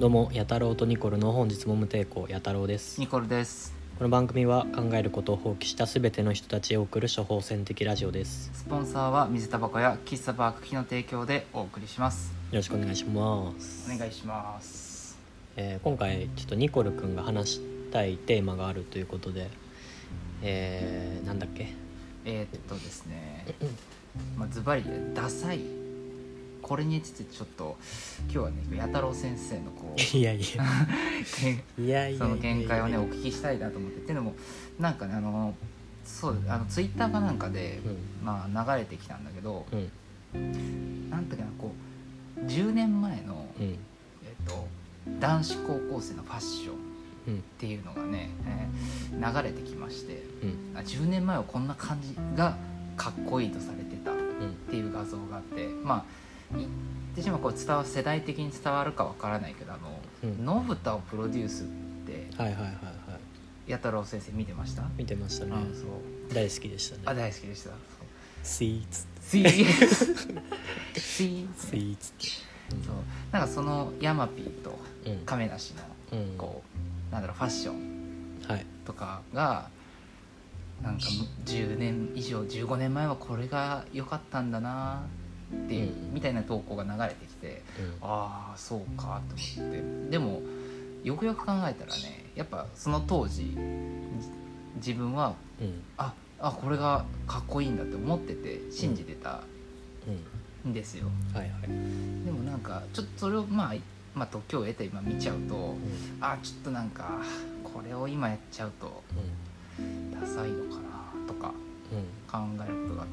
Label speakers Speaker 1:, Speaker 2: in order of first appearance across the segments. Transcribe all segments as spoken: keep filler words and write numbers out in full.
Speaker 1: どうも、やたろうとニコルの本日も無抵抗やたろうです。
Speaker 2: ニコルです。
Speaker 1: この番組は考えることを放棄したすべての人たちへ送る処方箋的ラジオです。
Speaker 2: スポンサーは水タバコや喫茶バークキの提供でお送りします。
Speaker 1: よろしくお願いします。
Speaker 2: お願いします、
Speaker 1: えー、今回ちょっとニコルくんが話したいテーマがあるということで、えー、なんだっけ
Speaker 2: えー、っとですねまあズバリダサい、これについてちょっと今日はねやたろう先生のこう
Speaker 1: いやいやいやいや
Speaker 2: その見解をねお聞きしたいなと思ってっていうのもなんかねあのそうあのツイッターかなんかで、うん、まあ流れてきたんだけど、うん、なんだっけなこうじゅうねんまえの、うん、えっと男子高校生のファッションっていうのがね、うんえー、流れてきまして、うん、あじゅうねんまえはこんな感じがかっこいいとされてたっていう画像があって、まあ言ってしまうこう伝わ世代的に伝わるかわからないけどあの野豚、うん、をプロデュースって
Speaker 1: はいはいはいはい
Speaker 2: やたろう先生見てました？
Speaker 1: 見てましたね。そう大好きでしたね。
Speaker 2: あ大好きでした。
Speaker 1: スイーツ
Speaker 2: スイーツスイーツ
Speaker 1: スイーツ
Speaker 2: そうなんかそのヤマピーと亀梨のこう、うん、なんだろうファッションとかがなんかじゅうねん以上じゅうごねんまえはこれが良かったんだなっていう、うん、みたいな投稿が流れてきて、うん、ああそうかと思って、でもよくよく考えたらねやっぱその当時自分は、うん、ああこれがかっこいいんだって思ってて信じてたんですよ、
Speaker 1: うんはいはい、
Speaker 2: でもなんかちょっとそれをまあ、まあ、時を得て今見ちゃうと、うん、あちょっとなんかこれを今やっちゃうと、うん、ダサいのかなとか考えることがあって、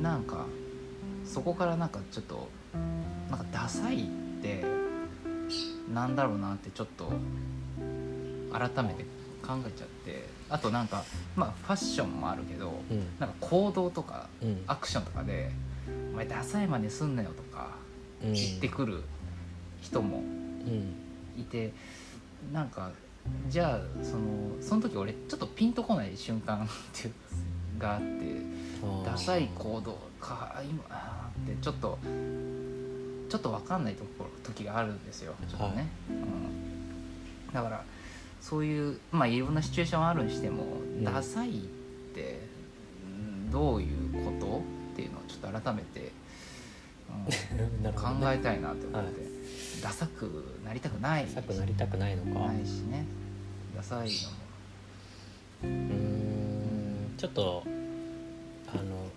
Speaker 2: なんかそこからなんかちょっとなんかダサいってなんだろうなってちょっと改めて考えちゃって、あとなんかまあファッションもあるけど、うん、なんか行動とかアクションとかで、うん、お前ダサい真似すんなよとか言ってくる人もいて、うん、なんかじゃあそのその時俺ちょっとピンとこない瞬間っていうがあって、ダサい行動か今ってちょっとちょっと分かんないところ時があるんですよちょっとね、はいうん、だからそういうまあいろんなシチュエーションあるにしても、うん、ダサいってどういうことっていうのをちょっと改めて、うんね、考えたいなと思って、はい、ダサくなりたくない
Speaker 1: ダサくなりたくないのか
Speaker 2: ないしねダサいのも
Speaker 1: うーんちょっとあの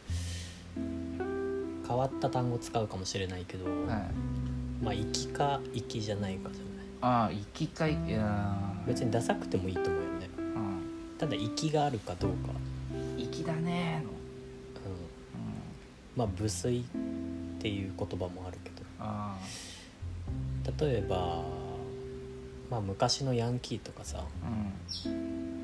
Speaker 1: 変わった単語使うかもしれないけど、はい、まあ粋か粋じゃないかじゃない。
Speaker 2: ああ粋かいや
Speaker 1: 別にダサくてもいいと思うよね、うん、ただ粋があるかどうか。
Speaker 2: 粋だねの、うんうん、
Speaker 1: まあ無粋っていう言葉もあるけど、あ例えば、まあ、昔のヤンキーとかさ、うん、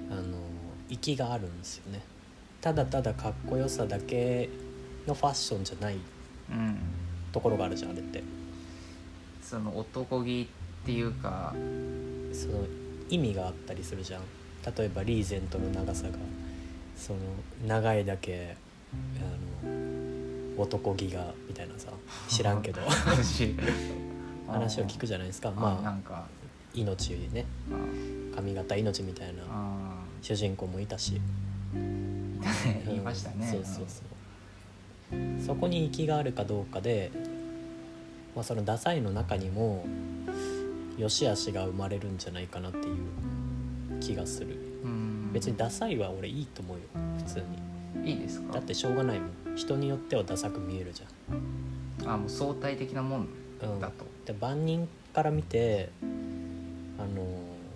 Speaker 1: あの粋があるんですよね。ただただかっこよさだけのファッションじゃないところがあるじゃん、あれって。
Speaker 2: その男気っていうか
Speaker 1: その意味があったりするじゃん。例えばリーゼントの長さがその長いだけあの男気がみたいなさ知らんけど話を聞くじゃないですか。まあなんか命ね髪型命みたいな主人公もいたし
Speaker 2: 言いましたね、
Speaker 1: うん、そうそうそうそこに粋があるかどうかで、まあ、そのダサいの中にも良し悪しが生まれるんじゃないかなっていう気がする。うん別にダサいは俺いいと思うよ普通
Speaker 2: に。いいですか？
Speaker 1: だってしょうがないもん。人によってはダサく見えるじ
Speaker 2: ゃん。あもう相対的なもんだと、
Speaker 1: うん、で万人から見てあの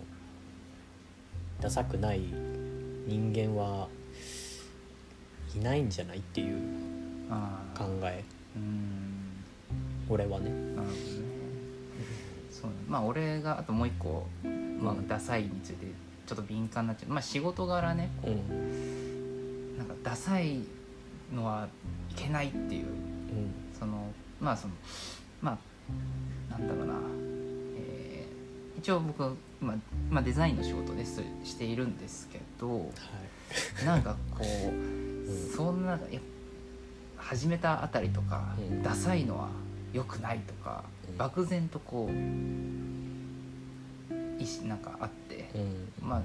Speaker 1: ダサくない人間はいないんじゃないっていう考え。うん俺はね。
Speaker 2: なるほどね。そうまあ俺があともう一個、まあ、ダサいについてちょっと敏感になっちゃう。まあ仕事柄ねこう、うん、なんかダサいのはいけないっていう、うん、そのまあそのまあなんだろうな、えー、一応僕は、まあまあ、デザインの仕事ですしているんですけど、はい、なんかこう、うん、そんなや始めたあたりとか、うん、ダサいのは良くないとか、
Speaker 1: うん、
Speaker 2: 漠然とこう意思なんかあって、
Speaker 1: うん、
Speaker 2: まあ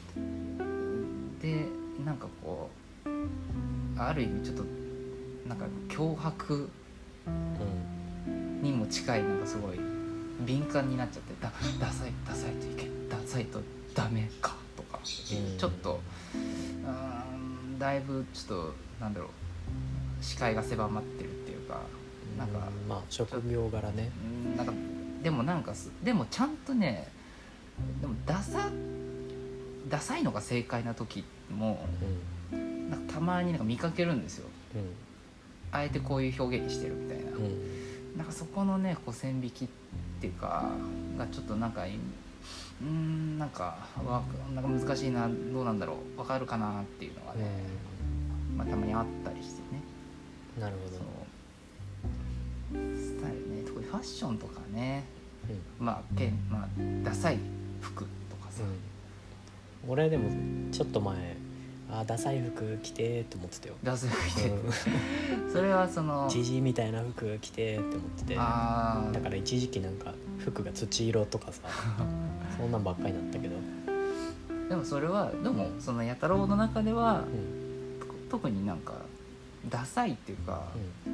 Speaker 2: でなんかこうある意味ちょっとなんか脅迫にも近い、なんかすごい敏感になっちゃって、だダサいダサいといけダサいとダメかとか、うん、ちょっとうーんだいぶちょっとなんだろう視界が狭まってるっていうか、なんか、
Speaker 1: うん、まあ職業柄ね、
Speaker 2: なんかでもなんかでもちゃんとね、でもダサダサいのが正解な時も、うん、なんかたまになんか見かけるんですよ、うん、あえてこういう表現にしてるみたいな、うん、なんかそこのねこう線引きっていうかがちょっとなんかうーんなんかわなんか難しいな、どうなんだろう、わかるかなっていうのがね、うん、まあ、たまにあったりしてね。
Speaker 1: なるほど。
Speaker 2: そうスタイルね、特にファッションとかね、うん、まあけまあダサい服とかさ、
Speaker 1: うん、俺でもちょっと前あダサい服着てって思ってたよ。
Speaker 2: ダサい服着て、うん、それはその
Speaker 1: ジジイみたいな服着てって思ってて、あだから一時期なんか服が土色とかさそんなんばっかりだったけど、
Speaker 2: でもそれはでもその弥太郎の中では、うん、特になんかダサいっていうか、うん、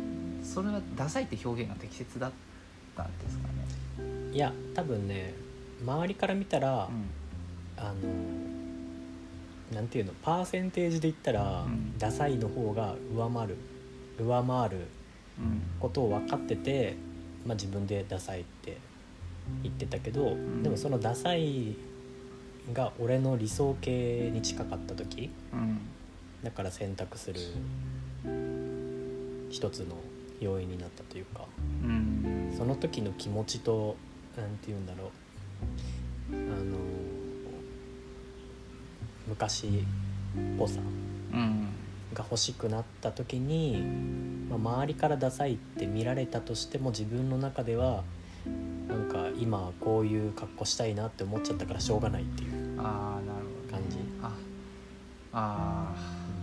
Speaker 2: それはダサいって表現が適切だったんですかね。
Speaker 1: いや多分ね周りから見たら、うん、あのなんていうのパーセンテージで言ったら、うん、ダサいの方が上回る上回ることを分かってて、まあ、自分でダサいって言ってたけど、うん、でもそのダサいが俺の理想形に近かった時、うん、だから選択する一つの要因になったというか、うん、その時の気持ちとなんていうんだろう、あの昔っぽさが欲しくなった時に、まあ、周りからダサいって見られたとしても自分の中ではなんか今こういう格好したいなって思っちゃったからしょうがないっていう感じ。
Speaker 2: あーなるほどね、ああ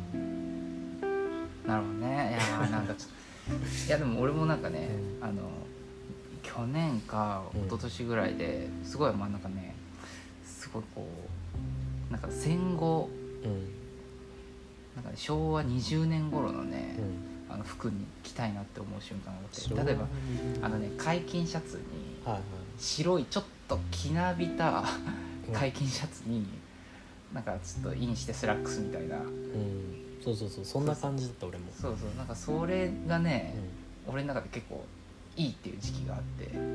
Speaker 2: なるほどね。いやなんかちょっといやでも俺もなんかね、うん、あの去年か一昨年ぐらいですごいまあなんかねすごいこうなんか戦後、うん、なんか、ね、しょうわにじゅうねん頃のね、うん、あの服に着たいなって思う瞬間があって、例えばあのね解禁シャツに白いちょっときなびた解禁シャツになんかちょっとインしてスラックスみたいな、うん、
Speaker 1: そうそうそうそんな感じだった俺も。
Speaker 2: そうそうなんかそれがね、うん、俺の中で結構いいっていう時期があって、うん、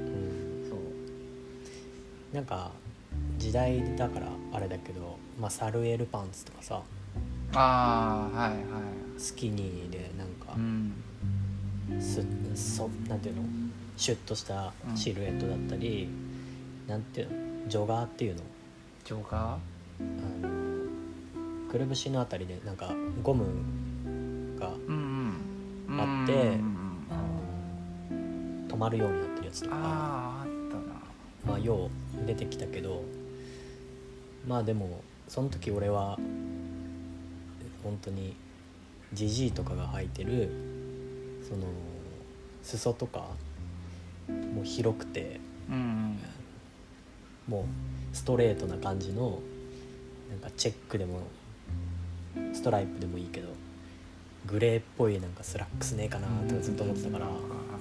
Speaker 2: そう
Speaker 1: なんか時代だからあれだけど、まあ、サルエルパンツとかさ、
Speaker 2: あーはいはい
Speaker 1: スキニーでなんか、うん、すそなんていうのシュッとしたシルエットだったり、うん、なんていうのジョガーっていうの
Speaker 2: ジョガーあ
Speaker 1: のくるぶしのあたりでなんかゴムがあって、うんうん、あの止まるようになってるやつとか
Speaker 2: ああった
Speaker 1: な、まあよう出てきたけど、まあでもその時俺は本当にジジイとかが履いてるその裾とかもう広くて、うんうん、もうストレートな感じのなんかチェックでもストライプでもいいけどグレーっぽいなんかスラックスねえかなってずっと思ってたから、うん、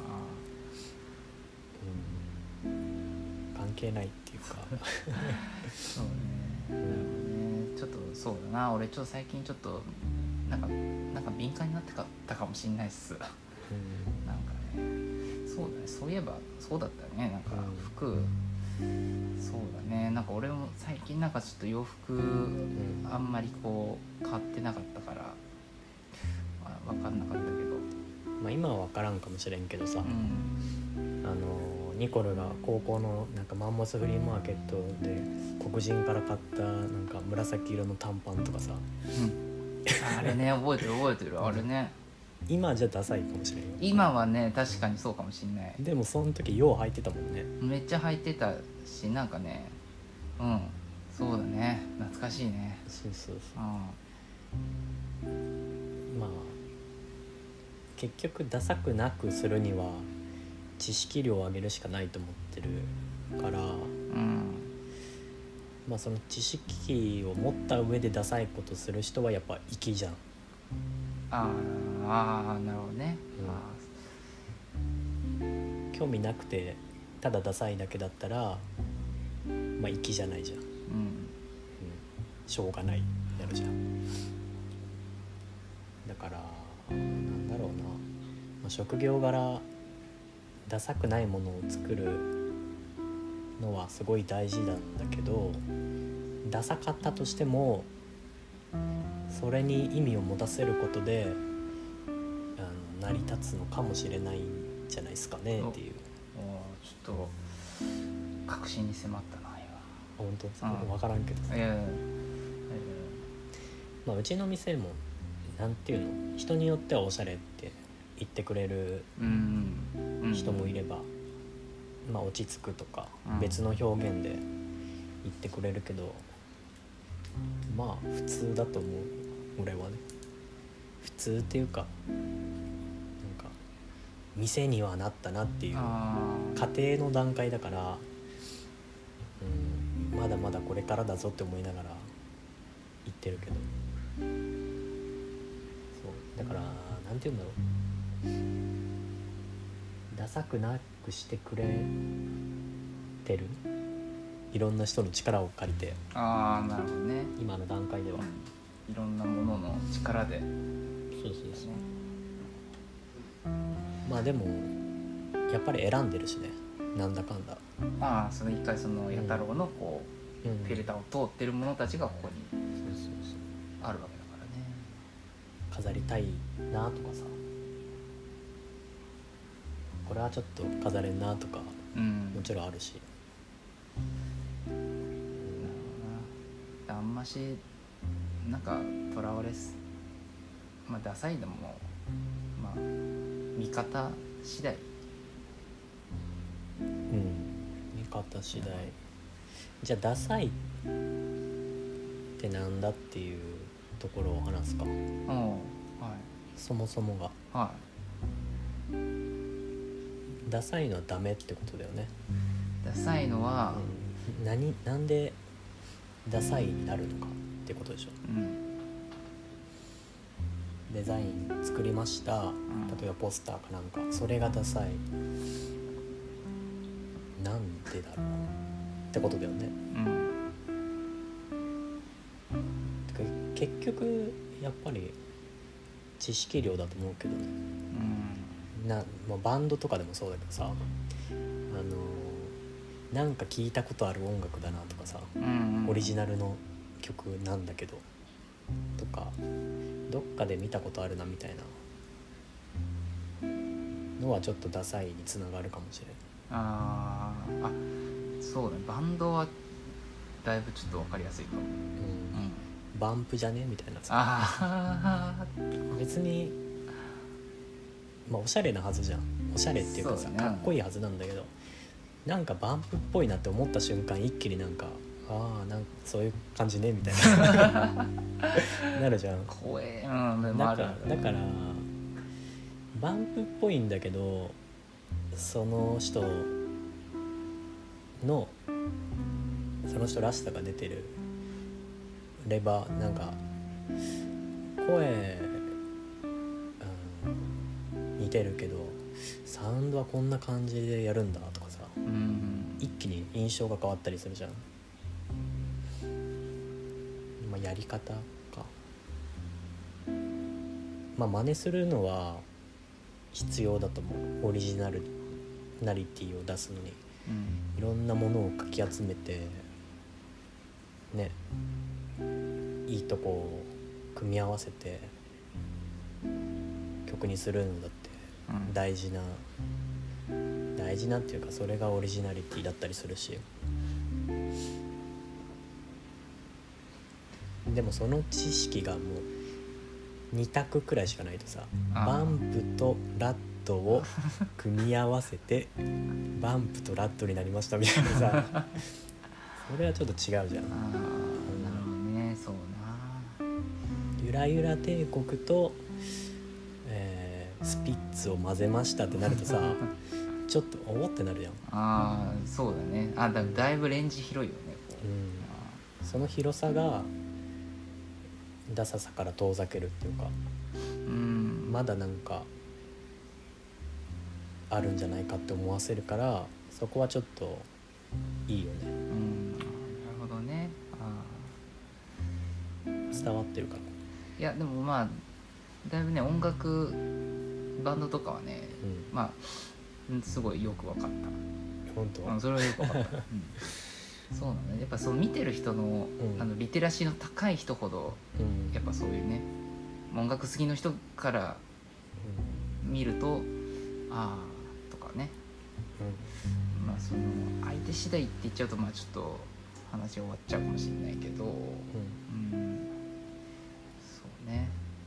Speaker 1: 関係ないっていうか
Speaker 2: そうね、なるほどね。ちょっとそうだな、俺ちょっと最近ちょっとなんかなんか敏感になってかったかもしんないっす、うん、なんかねそうだね、そういえばそうだったね、なんか服、うん、そうだね、なんか俺も最近なんかちょっと洋服あんまりこう買ってなかったから、まあ、分かんなかったけど、
Speaker 1: まあ、今は分からんかもしれんけどさ、うん、あのニコルが高校のなんかマンモスフリーマーケットで黒人から買ったなんか紫色の短パンとかさ、
Speaker 2: うん、あれね覚えてる覚えてるあれね、
Speaker 1: 今じゃダサいかもしれんよ。
Speaker 2: 今はね確かにそうかもしんない。
Speaker 1: でもその時よう履いてたもんね。
Speaker 2: めっちゃ履いてたし、なんかねうんそうだね、懐かしいね。
Speaker 1: そうそうそう、うん、まあ結局ダサくなくするには知識量を上げるしかないと思ってるから、
Speaker 2: うん
Speaker 1: まあその知識を持った上でダサいことする人はやっぱ粋じゃん。
Speaker 2: あーあーなるほどね、
Speaker 1: うん、興味なくてただダサいだけだったらまあ粋じゃないじゃん、うん、
Speaker 2: うん
Speaker 1: しょうがないやるじゃん。だからなんだろうな、まあ、職業柄ダサくないものを作るのはすごい大事なんだけど、ダサかったとしてもそれに意味を持たせることであの成り立つのかもしれないんじゃないですかねっていう。
Speaker 2: おちょっと確信に迫ったな
Speaker 1: 本当、
Speaker 2: うん、
Speaker 1: 分からんけどさ、
Speaker 2: いやいやいや
Speaker 1: まあ、うちの店もなんていうの、人によってはおしゃれって言ってくれる人もいれば、うん、まあ落ち着くとか別の表現で言ってくれるけど、まあ普通だと思う俺はね。普通っていうかなんか店にはなったなっていう過程の段階だから、うん、まだまだこれからだぞって思いながら言ってるけど、そうだからなんて言うんだろう、ダサくなくしてくれてる、いろんな人の力を借りて、
Speaker 2: ああなるほどね、
Speaker 1: 今の段階では、うん、
Speaker 2: いろんなものの力で、
Speaker 1: そうそうそう、まあでもやっぱり選んでるしね、なんだかんだ。
Speaker 2: まあその一回その弥太郎のこう、うん、フィルターを通ってる者たちがここにあるわけだからね。
Speaker 1: 飾りたいなとかさ、これはちょっと飾れんなとか、うん、もちろんあるし、
Speaker 2: うん、なるほどな。あんましなんかとらわれす、まあダサいのもまあ見方次第、
Speaker 1: うん、見方次第。じゃあダサいってなんだっていうところを話すか。うん、はい、そもそもが、はい、ダサいのはダメってことだよね。
Speaker 2: ダサいのは、
Speaker 1: うん、何なんでダサいになるのかってことでしょ、うん、デザイン作りました、うん、例えばポスターかなんか、それがダサい、なんでだろうってことだよね、うん、てか結局やっぱり知識量だと思うけどね、うん、な、まあ、バンドとかでもそうだけどさ、あのなんか聞いたことある音楽だなとかさ、うんうん、オリジナルの曲なんだけどとか、どっかで見たことあるなみたいなのはちょっとダサいにつながるかもしれない。
Speaker 2: ああ、そうね、バンドはだいぶちょっと分かりやすいかも、うんうん、
Speaker 1: バンプじゃねみたいなさ、
Speaker 2: あ
Speaker 1: 別にまあおしゃれなはずじゃん、おしゃれっていうかさ、ね、かっこいいはずなんだけど、なんかバンプっぽいなって思った瞬間一気になんか、ああなんかそういう感じねみたいななるじゃん。
Speaker 2: 怖え、うん、
Speaker 1: だからだからバンプっぽいんだけど、その人のその人らしさが出てるれば、なんか声、うん、似てるけどサウンドはこんな感じでやるんだとかさ、うん、一気に印象が変わったりするじゃん。まあ、やり方か、まあ真似するのは必要だと思う。オリジナルナリティを出すのに、うん、いろんなものをかき集めてね、いいとこを組み合わせて曲にするのだって大事な、うん、大事なっていうか、それがオリジナリティだったりするし、でもその知識がもうに択くらいしかないとさ、バンプとラットを組み合わせてバンプとラットになりましたみたいなさそれはちょっと違うじゃん。あ、なるほど
Speaker 2: ね、そうな。
Speaker 1: ゆらゆら帝国と、えー、スピッツを混ぜましたってなるとさちょっとおおってなるやん。
Speaker 2: ああそうだね。あだだいぶレンジ広いよね。
Speaker 1: うん、その広さがダサさから遠ざけるっていうか、
Speaker 2: うん、
Speaker 1: まだなんかあるんじゃないかって思わせるから、そこはちょっといいよね。
Speaker 2: うん、なるほどね。あ
Speaker 1: 伝わってるから。
Speaker 2: いやでもまあだいぶね音楽バンドとかはね、
Speaker 1: うん、
Speaker 2: まあすごいよく分かった。
Speaker 1: 本当、
Speaker 2: うん、それはよく分かった、うん、そうなんだね。やっぱそう見てる人の、
Speaker 1: うん、
Speaker 2: あのリテラシーの高い人ほど、
Speaker 1: うん、
Speaker 2: やっぱそういうね音楽好きの人から見ると、ああとかね、
Speaker 1: うん、
Speaker 2: まあその相手次第って言っちゃうとまあちょっと話終わっちゃうかもしれないけど、うん、うん、そうね。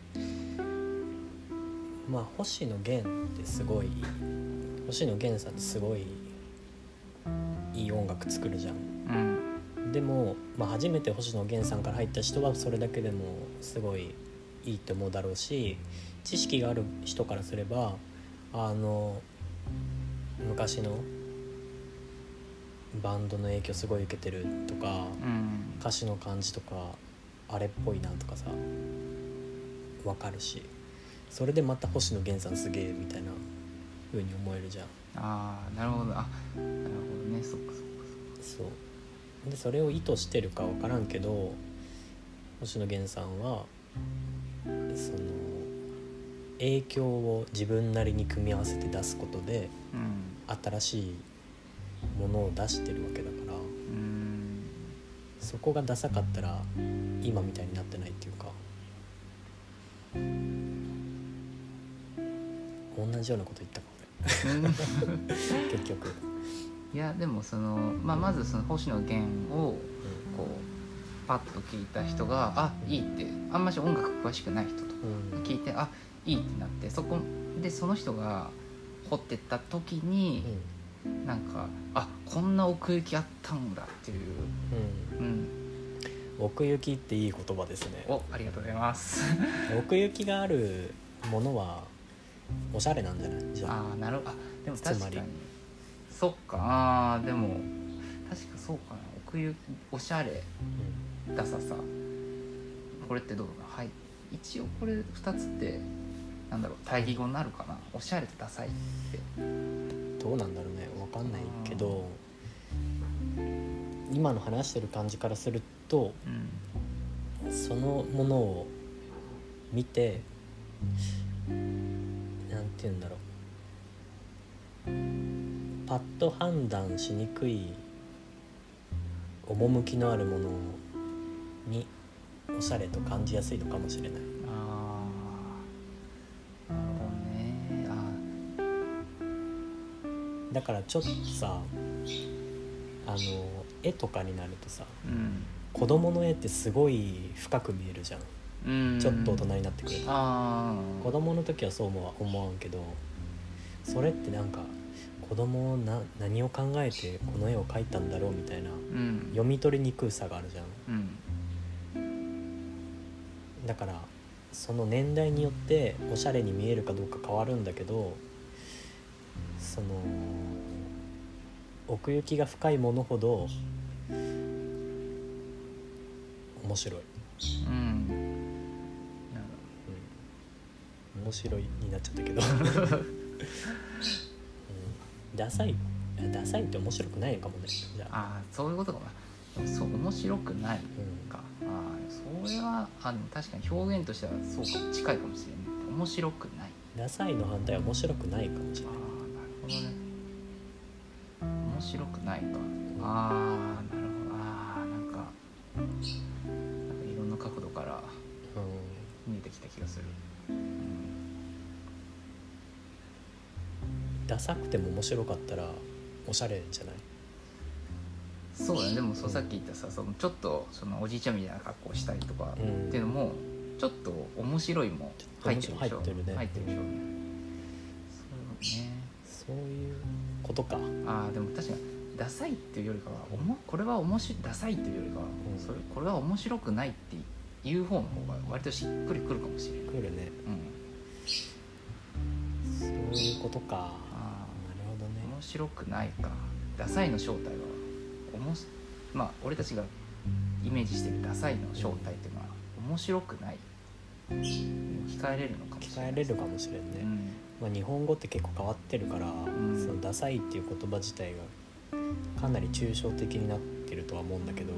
Speaker 1: まあ星野源ってすごい星野源さんってすごいいい音楽作るじゃん、
Speaker 2: うん、
Speaker 1: でも、まあ、初めて星野源さんから入った人はそれだけでもすごいいいと思うだろうし、知識がある人からすればあの昔のバンドの影響すごい受けてるとか、
Speaker 2: うん、
Speaker 1: 歌詞の感じとかあれっぽいなとかさ分かるし、それでまた星野源さんすげえみたいな風に思えるじゃん。
Speaker 2: ああなるほど、あなるほどね、そっかそっか
Speaker 1: そっか。そうでそれを意図してるか分からんけど、星野源さんはその影響を自分なりに組み合わせて出すことで、
Speaker 2: うん、
Speaker 1: 新しいものを出してるわけだから、
Speaker 2: うん、
Speaker 1: そこがダサかったら今みたいになってないっていうか、同じようなこと言ったか俺結局。
Speaker 2: いやでもその、まあ、まずその星野源をこうパッと聞いた人があいいってあんまし音楽詳しくない人と聞いてあいいってなって、そこでその人が掘ってった時に、うん、なんかあこんな奥行きあったんだっていう、
Speaker 1: うんうん、奥行きっていい言葉ですね。
Speaker 2: おありがとうございます
Speaker 1: 奥行きがあるものはおしゃれなんじゃない？じゃあ
Speaker 2: あなるほど。あでも確かにそっか。あでも確かそうかな。奥行きおしゃれ、うん、ダサさこれってどうだな。はい一応これふたつってなんだろう対義語になるかな。おしゃれとダサいって
Speaker 1: どうなんだろうね、分かんないけど今の話してる感じからすると、うん、そのものを見てなんて言うんだろう、パッと判断しにくい趣のあるものにおしゃれと感じやすいのかもしれない。
Speaker 2: ああなるほどね。
Speaker 1: あだからちょっとさあの絵とかになるとさ、うん、子供の絵ってすごい深く見えるじゃん、うん、ちょっと大人になってくると。あ子供の時はそう思わ思わんけど、それってなんか子供な何を考えてこの絵を描いたんだろうみたいな、うん、読み取りにくさがあるじゃん、うん、だからその年代によっておしゃれに見えるかどうか変わるんだけど、その奥行きが深いものほど面白い、うんうん、面白いになっちゃったけど、うん、ダサいダサいって面白くないのかもね。じゃあ
Speaker 2: あそういうことかな。そう面白くないか、うん、あそれはあでも確かに表現としてはそうか近いかもしれない。面白くない
Speaker 1: ダサいの反対は面白くないかもしれない。
Speaker 2: あなるほどね。面白くないか。あーなるほど。あーなんかなんかいろんな角度から見えてきた気がする、うん、
Speaker 1: ダサくても面白かったらおしゃれじゃない？
Speaker 2: そうだね。でもそうさっき言ったさ、そのちょっとそのおじいちゃんみたいな格好したりとかっていうのも、ちょっと面白いも入ってるでしょ。
Speaker 1: 入ってるね。
Speaker 2: 入ってるでしょ。そうね。
Speaker 1: そういうことか。
Speaker 2: ああでも確かにダサいっていうよりかはおもこれは面白いダサいっていうよりかは、うん、それこれは面白くないっていう方の方が割としっくりくるかもしれない。
Speaker 1: くるね。うん。そういうことか。ああなるほどね。
Speaker 2: 面白くないか。ダサいの正体はおもしまあ俺たちがイメージしてるダサいの正体っていうのは面白くないに置き換えれるのかもしれない。
Speaker 1: 置き換えれるかもしれんね、
Speaker 2: うん
Speaker 1: まあ、日本語って結構変わってるから、
Speaker 2: ん
Speaker 1: そのダサいっていう言葉自体がかなり抽象的になってるとは思うんだけど、
Speaker 2: うん、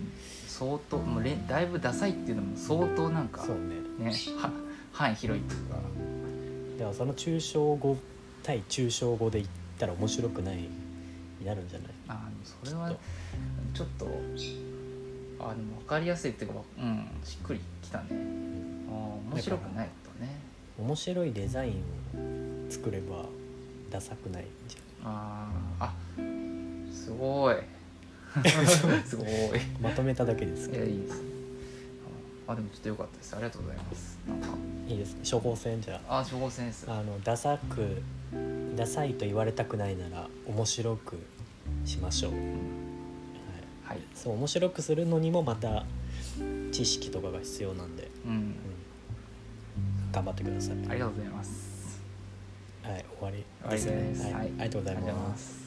Speaker 2: 相当もうれだいぶダサいっていうのも相当なんか
Speaker 1: そうね
Speaker 2: ねは範囲広いっていうか、
Speaker 1: でもその抽象語対抽象語で言ったら面白くないになるんじゃない？
Speaker 2: あでもそれはちょっとあでも分かりやすいっていうか、うん、しっくりきたね。あ面白くないことね。
Speaker 1: 面白いデザインを作ればダサくないんじ
Speaker 2: ああすごいすごい
Speaker 1: ゃんまとめただけですけど。
Speaker 2: いやいいですね。あでもちょっと良かったです。ありがとうございます。なんか
Speaker 1: いいですね。処方箋じゃあ、
Speaker 2: あ処方箋です。
Speaker 1: あのダサくダサいと言われたくないなら面白くしましょう、はい
Speaker 2: はい、
Speaker 1: そう面白くするのにもまた知識とかが必要なんで、
Speaker 2: うん
Speaker 1: うん、頑張ってください。
Speaker 2: ありがとうございます。
Speaker 1: はい、終わり
Speaker 2: 終わりです。
Speaker 1: はい、
Speaker 2: はい、
Speaker 1: ありがとうござい
Speaker 2: ありがとうござい
Speaker 1: ま。
Speaker 2: ますす。